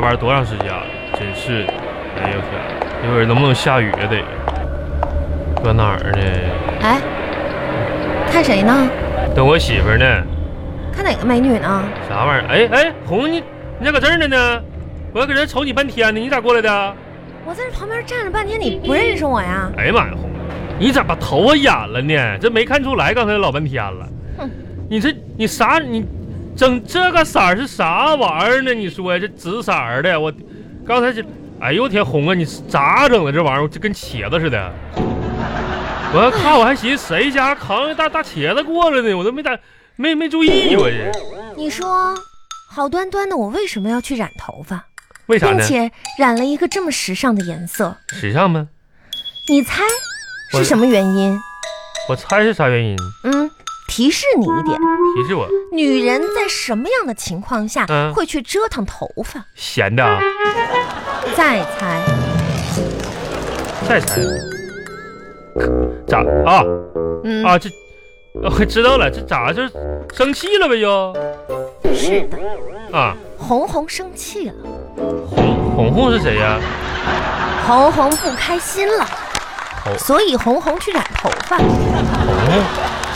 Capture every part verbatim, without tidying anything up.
班多长时间了？真是，哎呦天，一会儿能不能下雨啊？得搁哪儿呢？ 哎，看谁呢？ 等我媳妇儿呢。 看哪个美女呢？ 啥玩意儿？哎哎，红你你咋搁这儿呢呢？我要搁这瞅你半天呢，你咋过来的？ 我在这旁边站了半天，你不认识我呀？ 哎呀妈呀，红，你咋把头发染了呢？这没看出来，刚才老半天了。 哼， 你这你啥你？整这个色儿是啥玩意儿呢？你说呀，这紫色儿的，我刚才这，哎呦天红啊，你咋整的这玩意儿？就跟茄子似的。我要看我还寻思谁家扛一大大茄子过来呢，我都没打没没注意我这。 你说，好端端的我为什么要去染头发？ 为啥呢？ 并且染了一个这么时尚的颜色。 时尚吗？ 你猜是什么原因？ 我猜是啥原因？ 嗯。提示你一点， 提示我， 女人在什么样的情况下、 嗯、 会去折腾头发？ 闲的、啊。 再猜， 再猜，咋啊？嗯啊，这我知道了，这咋就生气了呗？又是的啊， 红红生气了。 红红红是谁呀？ 红红不开心了，所以红红去染头发。 红红。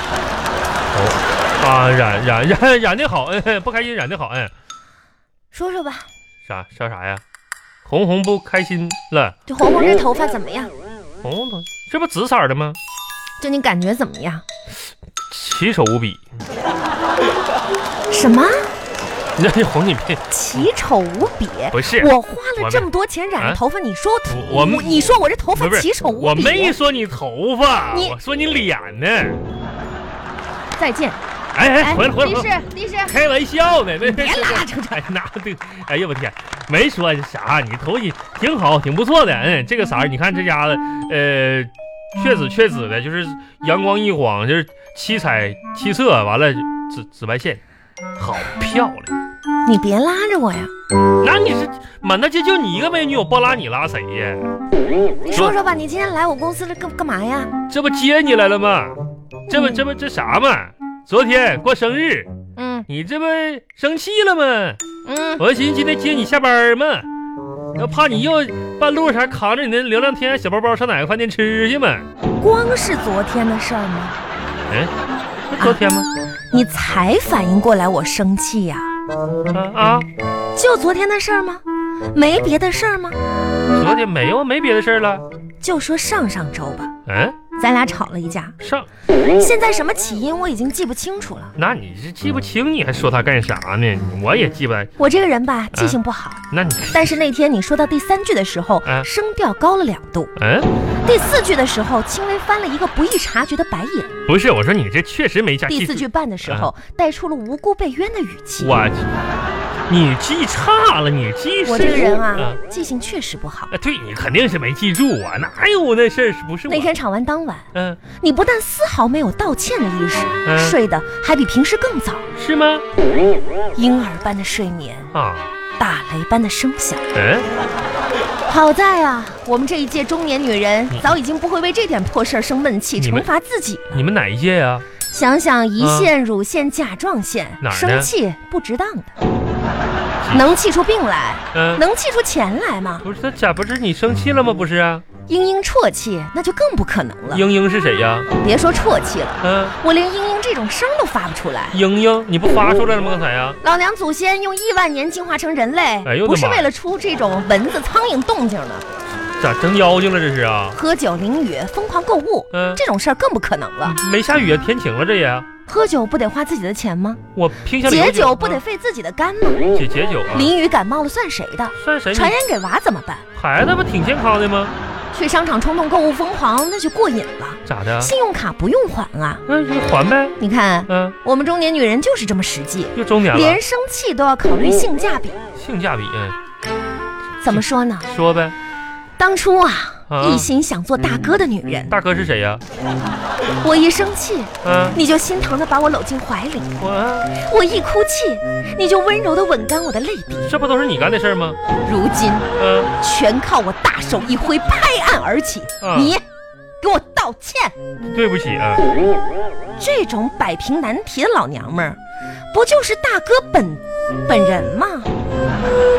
啊，染染染染的好，哎，不开心染的好，哎， 说说吧， 啥啥啥呀？红红不开心了， 这红红这头发怎么样？ 红红头，这不紫色的吗？ 这你感觉怎么样？ 奇丑无比。 什么？ 那红你别奇丑无比？ 不是， 我花了这么多钱染头发，啊、你说我我你说我这头发奇丑无比？ 我没说你头发，我说你脸呢。 再见。 哎哎，回来回来！ 的士的士， 开玩笑呢，那别拉扯扯！ 哎，那对，哎呀我天，没说啥，你头发挺好，挺不错的，嗯，这个色儿，你看这家的，呃，雀紫雀紫的，就是阳光一晃，就是七彩七色，完了紫紫白线，好漂亮。 你别拉着我呀！ 那你是满大街就你一个美女，我不拉你拉谁呀？ 你说说吧，你今天来我公司了干干嘛呀？ 这不接你来了吗？这不这不这啥嘛？昨天过生日，嗯，你这不生气了吗？嗯，我寻思今天接你下班嘛，要怕你又半路上扛着你的流量天小包包上哪个饭店吃去嘛？ 光是昨天的事儿吗？ 嗯，是昨天吗、 啊？你才反应过来我生气呀、 啊？啊， 就昨天的事儿吗？没别的事儿吗？ 昨天没有，没别的事儿了。 就说上上周吧。 嗯。 咱俩吵了一架， 上， 现在什么起因我已经记不清楚了。 那你是记不清，你还说他干啥呢？我也记不。 我这个人吧，记性不好。啊、 那你， 但是那天你说到第三句的时候，啊、声调高了两度。嗯。第四句的时候，轻微翻了一个不易察觉的白眼。 不是，我说你这确实没假。 第四句半的时候，啊、带出了无辜被冤的语气。 我。你记差了，你记我这个人啊，啊记性确实不好。 啊，对你肯定是没记住啊，哪有那事儿？不是我那天吵完当晚，嗯，你不但丝毫没有道歉的意识，嗯、睡得还比平时更早， 是吗？ 婴儿般的睡眠啊，打雷般的声响。 嗯， 好在啊，我们这一届中年女人早已经不会为这点破事儿生闷气，惩罚自己了。 你们哪一届呀、啊？ 想想胰腺、乳腺、甲状腺， 哪生气不值当的。能气出病来，嗯，能气出钱来吗？ 不是，他假不是你生气了吗？不是啊， 嘤嘤啜泣那就更不可能了。 嘤嘤是谁呀？ 别说啜泣了， 嗯， 我连嘤嘤这种声都发不出来。 嘤嘤，你不发出来了吗？刚才呀， 老娘祖先用亿万年进化成人类，哎呦，不是为了出这种蚊子、苍蝇动静的。 咋成妖精了这是啊？ 喝酒淋雨、疯狂购物，嗯，这种事儿更不可能了。 没下雨啊，天晴了这也。 喝酒不得花自己的钱吗？ 我偏向解酒不得费自己的肝吗？ 解解酒啊！ 淋雨感冒了算谁的？ 算谁？ 传染给娃怎么办？ 孩子不挺健康的吗？ 去商场冲动购物疯狂那就过瘾了。 咋的？ 信用卡不用还啊？ 那就还呗。 你看，嗯，我们中年女人就是这么实际， 又中年了， 连生气都要考虑性价比。 性价比，嗯， 怎么说呢？ 说呗。 当初啊。啊一心想做大哥的女人， 大哥是谁呀、啊？ 我一生气， 嗯， 你就心疼的把我搂进怀里； 我我一哭泣，你就温柔的吻干我的泪滴。 这不都是你干的事吗？ 如今，嗯，全靠我大手一挥，拍案而起。啊、你给我道歉！ 对不起啊！ 这种摆平难题的老娘们儿，不就是大哥本本人吗？ 难题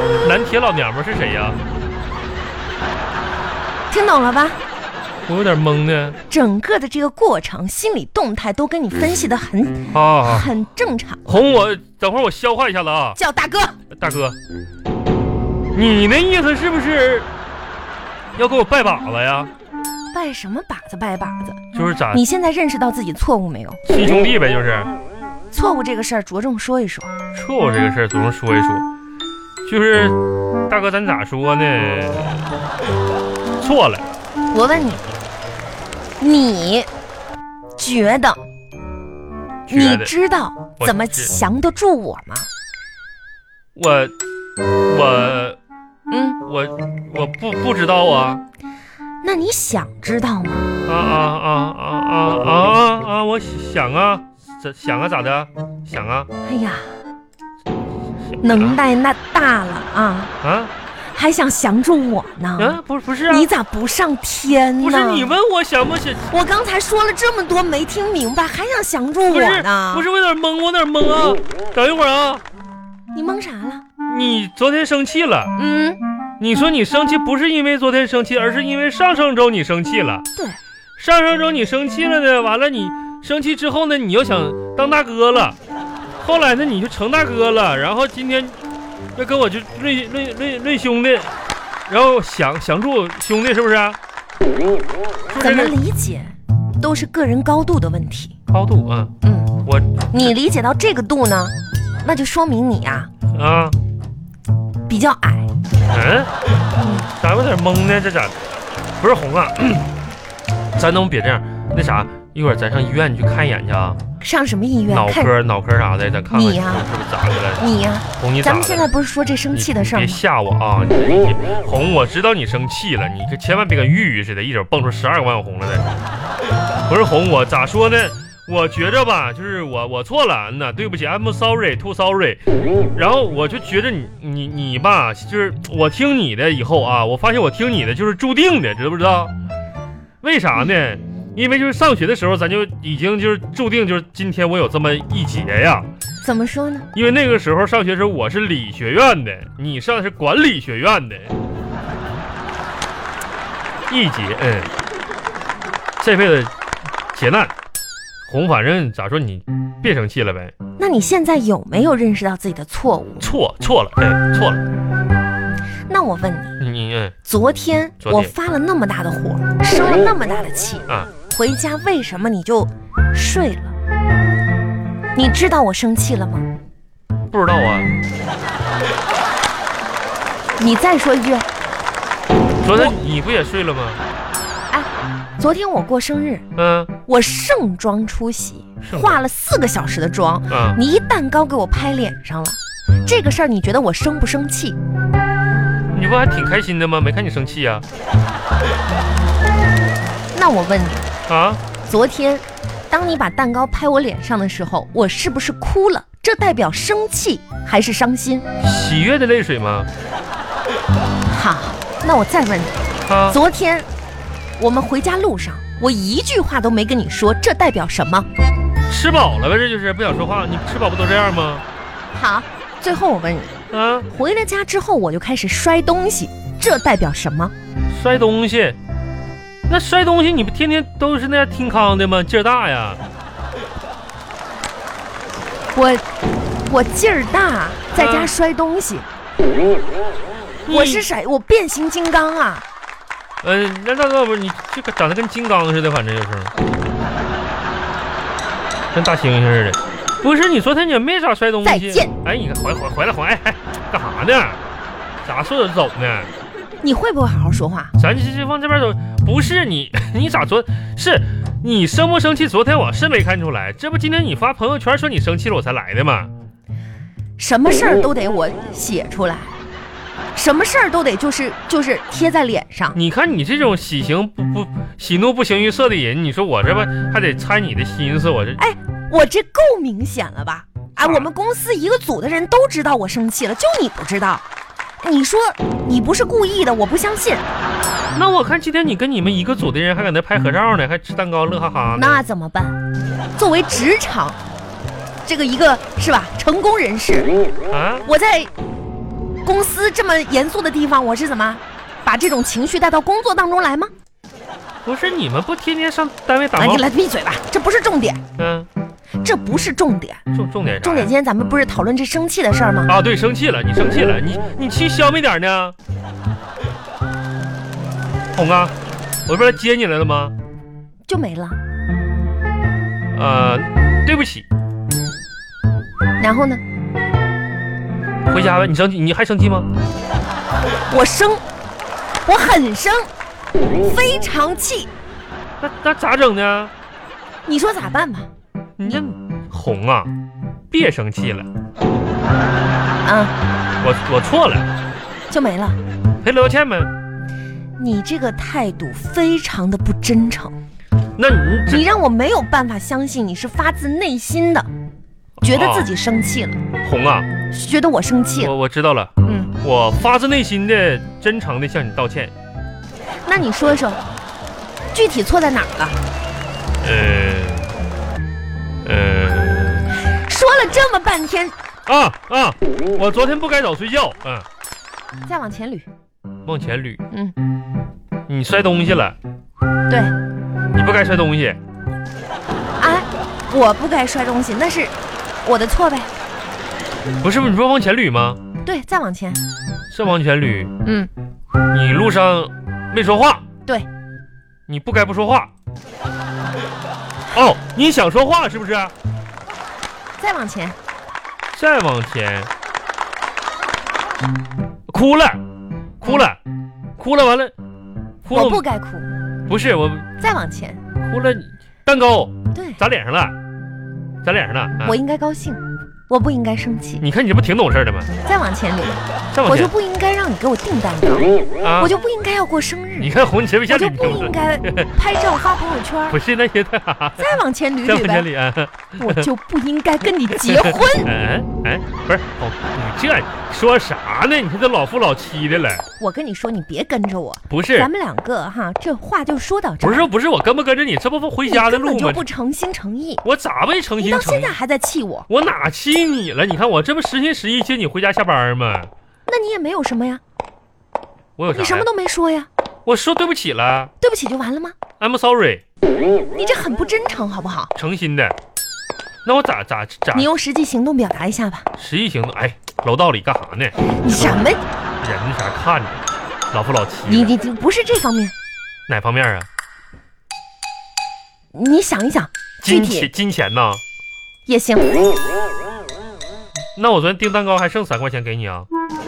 铁老娘们是谁呀？ 听懂了吧？ 我有点懵呢。 整个的这个过程，心理动态都跟你分析的很啊， 很正常。 红，我等会儿我消化一下子啊。 叫大哥， 大哥，你那意思是不是要给我拜把子呀？ 拜什么把子？拜把子？ 就是咋？ 你现在认识到自己错误没有？ 亲兄弟呗，就是。 错误这个事儿着重说一说。 错误这个事儿着重说一说，就是大哥，咱咋说呢？错了。 我问你，你觉得你知道怎么降得住我吗？ 我我嗯， 我我不不知道啊。 那你想知道吗？ 啊啊啊啊啊啊啊！我想啊，咋想啊？咋的？想啊！ 哎呀，能耐那大了啊！ 啊！ 还想降住我呢？ 啊，不是不是啊！ 你咋不上天呢？ 不是你问我想不想？ 我刚才说了这么多没听明白，还想降住我呢？ 不是，不是，我有点懵，我有点懵啊！等一会儿啊！ 你懵啥了？ 你昨天生气了？ 嗯。 你说你生气不是因为昨天生气，而是因为上上周你生气了。 对。 上上周你生气了呢，完了你生气之后呢，你又想当大哥了，后来呢你就成大哥了，然后今天。要跟我就论论论论兄弟，然后想想住兄弟是不是？ 怎么理解，都是个人高度的问题。 高度啊， 嗯， 我你理解到这个度呢，那就说明你呀啊比较矮。 嗯，咋有点懵呢？这咋？不是红啊，咱能别这样？那啥，一会儿咱上医院去看一眼去啊。 上什么医院？ 脑科、脑科啥的，咱看看你呀、 啊，是不是咋的了？ 你呀、啊， 红你咱们现在不是说这生气的事儿吗？ 别吓我啊！你你红，我知道你生气了，你可千万别跟玉玉似的，一整蹦出十二个万红了的。不是红，我咋说呢？我觉着吧，就是我我错了，那对不起 ，I'm sorry, too sorry。然后我就觉着你你你吧，就是我听你的以后啊，我发现我听你的就是注定的，知不知道？为啥呢？因为就是上学的时候，咱就已经就是注定就是今天我有这么一节呀。 怎么说呢？ 因为那个时候上学时候我是理学院的，你上的是管理学院的，一节，嗯，这辈子劫难。红，反正咋说你别生气了呗。 那你现在有没有认识到自己的错误？ 错错了，哎，错了。 那我问你， 你嗯， 昨天我发了那么大的火，生了那么大的气啊， 回家为什么你就睡了？你知道我生气了吗？ 不知道啊。 你再说一句。 昨天你不也睡了吗？ 哎，昨天我过生日， 嗯， 我盛装出席，化了四个小时的妆， 嗯， 你一蛋糕给我拍脸上了，这个事儿你觉得我生不生气？ 你不还挺开心的吗？没看你生气啊。 那我问你啊， 昨天当你把蛋糕拍我脸上的时候，我是不是哭了？这代表生气还是伤心？ 喜悦的泪水吗？ 好，那我再问你， 啊， 昨天我们回家路上，我一句话都没跟你说，这代表什么？ 吃饱了呗，这就是不想说话。你吃饱不都这样吗？ 好，最后我问你。 啊！ 回了家之后我就开始摔东西，这代表什么？ 摔东西？那摔东西你不天天都是那样听康的吗？劲儿大呀！ 我我劲儿大，在家摔东西。啊、我是谁？我变形金刚啊！ 嗯、呃，那那那不你这个长得跟金刚似的，反正就是跟大猩猩似的。不是你昨天你也没咋摔东西。 再见。 哎，你看回回回来回来，哎，干啥呢？咋说着走呢？ 你会不会好好说话？ 咱这这往这边走。不是你，你咋昨是你生不生气？昨天我是没看出来，这不今天你发朋友圈说你生气了，我才来的吗？ 什么事儿都得我写出来，什么事儿都得就是就是贴在脸上。 你看你这种喜形不不喜怒不形于色的人，你说我这不还得猜你的心思？我这哎。我这够明显了吧？啊，我们公司一个组的人都知道我生气了，就你不知道。你说你不是故意的，我不相信。 那我看今天你跟你们一个组的人还搁那拍合照呢，还吃蛋糕乐哈哈的。 那怎么办？作为职场这个一个是吧成功人士啊， 我在公司这么严肃的地方，我是怎么把这种情绪带到工作当中来吗？ 不是你们不天天上单位打啊， 猫？ 你来闭嘴吧，这不是重点。 嗯， 这不是重点， 重重点啥？ 重点今天咱们不是讨论这生气的事儿吗？ 啊，对，生气了，你生气了，你你气消灭点呢？红啊，我不是来接你来了吗？ 就没了。 呃，对不起。 然后呢？ 回家吧，你生气，你还生气吗？ 我生，我很生，非常气。 那那咋整呢？ 你说咋办吧？ 你这红啊，别生气了。 啊， 我我错了， 就没了。 赔礼道歉呗。 你这个态度非常的不真诚， 那你你让我没有办法相信你是发自内心的觉得自己生气了。 红啊， 觉得我生气了。 我我知道了， 嗯， 我发自内心的、真诚的向你道歉。 那你说说，具体错在哪儿了？ 呃呃， 说了这么半天啊啊，我昨天不该早睡觉，嗯， 再往前捋， 往前捋， 嗯， 你摔东西了， 对， 你不该摔东西， 啊，我不该摔东西，那是我的错呗。 不是你说往前捋吗？ 对，再往前， 是往前捋， 嗯， 你路上没说话， 对， 你不该不说话。哦，你想说话是不是？ 再往前， 再往前，哭了，哭了，哭了，完了，哭了， 我不该哭。 不是我， 再往前， 哭了，蛋糕对， 砸脸上了，砸脸上了，啊我应该高兴，我不应该生气。 你看你这不挺懂事的吗？ 再往前捋， 再往前我就不应该让你给我订蛋糕， 啊我就不应该要过生日， 你看红，你这不像我就你不应该拍照发朋友圈。 不是那些的， 再往前捋再往捋呗， 前捋啊， 我就不应该跟你结婚。 哎哎，不是哦，你这说啥呢？你看这老夫老妻的了， 我跟你说，你别跟着我， 不是咱们两个哈，这话就说到这儿。 不是不是我跟不跟着你，这不不回你家的路吗根本就？不诚心诚意， 我咋没诚你心诚意到现在？还在气我， 我哪气你了？你看我这不实心实意接你回家下班吗？ 那你也没有什么呀， 我有啥呀？ 你什么都没说呀， 我说对不起了对不起就完了吗？ ，I'm sorry， 你这很不真诚，好不好？ 诚心的。那我咋咋咋你用实际行动表达一下吧。 实际行动？哎，楼道里干啥呢？ 你什么？ 人那啥看着，老夫老妻的。 你你你不是这方面， 哪方面啊？ 你想一想，具金钱体金钱呐？ 也行。 那我昨天订蛋糕还剩三块钱给你啊？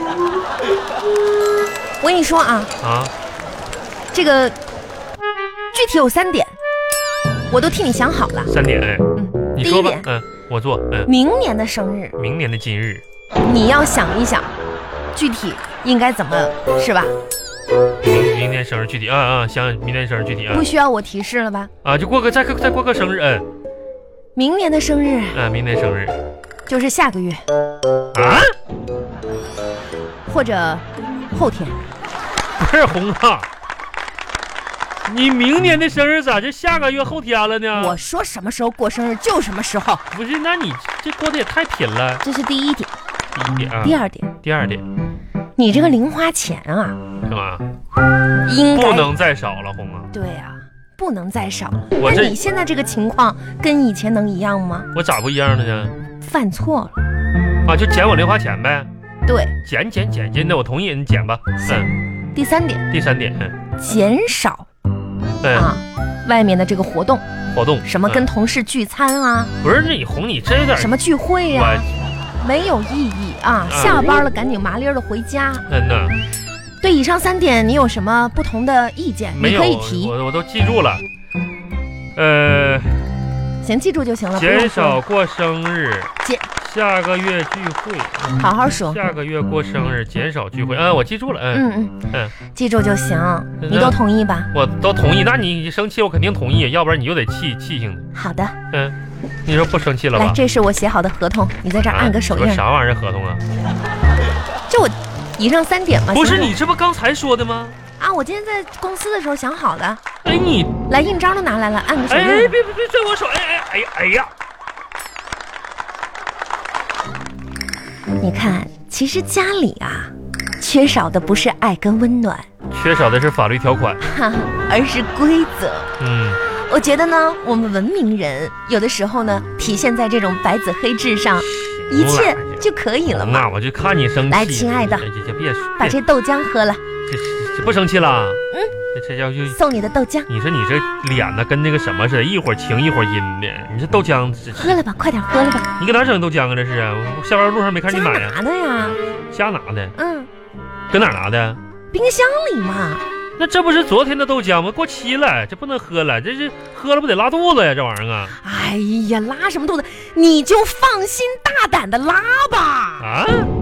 我跟你说啊， 啊？ 这个具体有三点，我都替你想好了。 三点哎， 嗯， 你说吧第一点。 嗯，我做。嗯， 明年的生日， 明年的今日， 你要想一想，具体应该怎么，是吧？ 明明年生日具体啊啊，想想明年生日具体啊不需要我提示了吧？ 啊，就过个再再过个生日，嗯明年的生日嗯，明年生日就是下个月啊？ 或者后天。 不是红啊，你明年的生日咋就下个月后天了呢？ 我说什么时候过生日就什么时候， 不是，那你这过得也太拼了。 这是第一点。 第一点啊， 第二点， 第二点你这个零花钱啊， 干嘛？ 应该不能再少了，红啊！ 对啊，不能再少了。 我这那你现在这个情况跟以前能一样吗？ 我咋不一样了呢？ 犯错了， 啊，就减我零花钱呗， 对。 减减减减的，我同意你减吧。嗯， 第三点， 第三点，嗯减少嗯， 啊外面的这个活动， 活动什么跟嗯同事聚餐啊， 不是你红，你这有点什么聚会呀、 我没有意义啊！ 嗯下班了赶紧麻利儿的回家。 嗯呐， 对以上三点，你有什么不同的意见？你没有， 可以提， 我我都记住了。呃， 行，记住就行了。不用减说少过生日， 减， 下个月聚会， 好好说。 下个月过生日，减少聚会。嗯，我记住了。嗯嗯嗯嗯， 记住就行。 嗯你都同意吧？ 我都同意。那你生气，我肯定同意，要不然你就得气气性的。 好的， 嗯，你说不生气了来， 吧？ 这是我写好的合同，你在这儿按个手印。 啊啥玩意儿合同啊？ 就我以上三点嘛。 不是行你这不刚才说的吗？ 啊，我今天在公司的时候想好的。 哎你来，印章都拿来了，按个手印。 哎哎别别别拽我手！哎哎哎呀哎呀！ 你看，其实家里啊缺少的不是爱跟温暖， 缺少的是法律条款， 哈哈，而是规则。 嗯， 我觉得呢，我们文明人有的时候呢，体现在这种白纸黑字上，一切就可以了嘛。 那我就看你生气。 来，亲爱的， 这别把这豆浆喝了。 这这不生气了？ 嗯， 这叫就送你的豆浆。 你说你这脸呢，跟那个什么似的，一会儿晴一会儿阴的。你这豆浆， 喝了吧，快点喝了吧。 你搁哪整豆浆啊？这是啊，我下班路上没看你买呀？ 家拿的呀？ 家拿的？ 嗯， 搁哪拿的？ 冰箱里嘛。 那这不是昨天的豆浆吗？过期了，这不能喝了，这是喝了不得拉肚子呀？这玩意儿啊！ 哎呀，拉什么肚子？你就放心大胆的拉吧。 啊？